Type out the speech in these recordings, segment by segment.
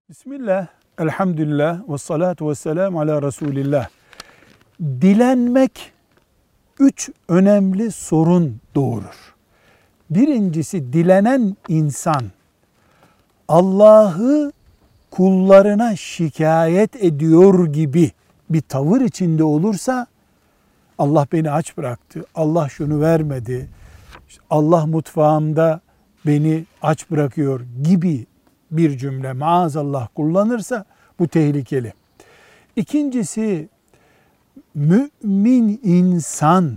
Bismillah, elhamdülillah, ve salatu ve selamu ala Resulillah. Dilenmek 3 önemli sorun doğurur. Birincisi, dilenen insan Allah'ı kullarına şikayet ediyor gibi bir tavır içinde olursa, Allah beni aç bıraktı, Allah şunu vermedi, Allah mutfağımda beni aç bırakıyor gibi bir cümle maazallah kullanırsa bu tehlikeli. İkincisi, mümin insan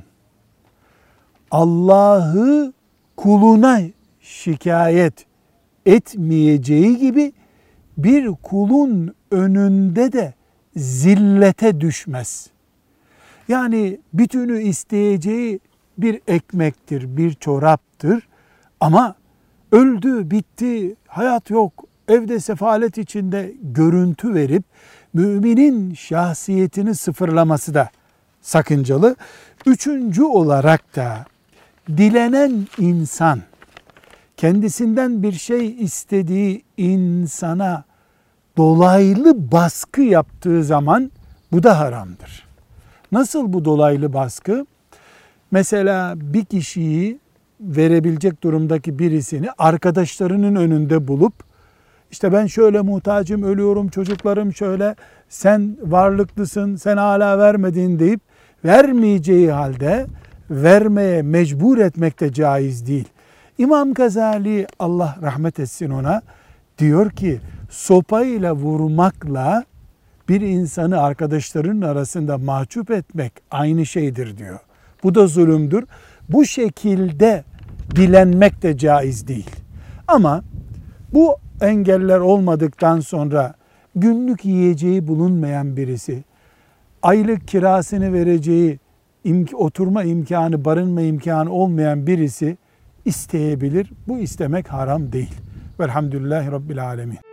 Allah'ı kuluna şikayet etmeyeceği gibi bir kulun önünde de zillete düşmez. Yani bütünü isteyeceği bir ekmektir, bir çoraptır ama öldü, bitti, hayat yok, evde sefalet içinde görüntü verip müminin şahsiyetini sıfırlaması da sakıncalı. Üçüncü olarak da dilenen insan kendisinden bir şey istediği insana dolaylı baskı yaptığı zaman bu da haramdır. Nasıl bu dolaylı baskı? Mesela bir kişiyi verebilecek durumdaki birisini arkadaşlarının önünde bulup işte ben şöyle muhtacım, ölüyorum, çocuklarım şöyle, sen varlıklısın, sen hala vermedin deyip vermeyeceği halde vermeye mecbur etmek de caiz değil. İmam Gazali, Allah rahmet etsin ona, diyor ki sopayla vurmakla bir insanı arkadaşlarının arasında mahcup etmek aynı şeydir diyor. Bu da zulümdür. Bu şekilde dilenmek de caiz değil. Ama bu engeller olmadıktan sonra günlük yiyeceği bulunmayan birisi, aylık kirasını vereceği, oturma imkanı, barınma imkanı olmayan birisi isteyebilir. Bu istemek haram değil. Velhamdülillahi Rabbil Alemin.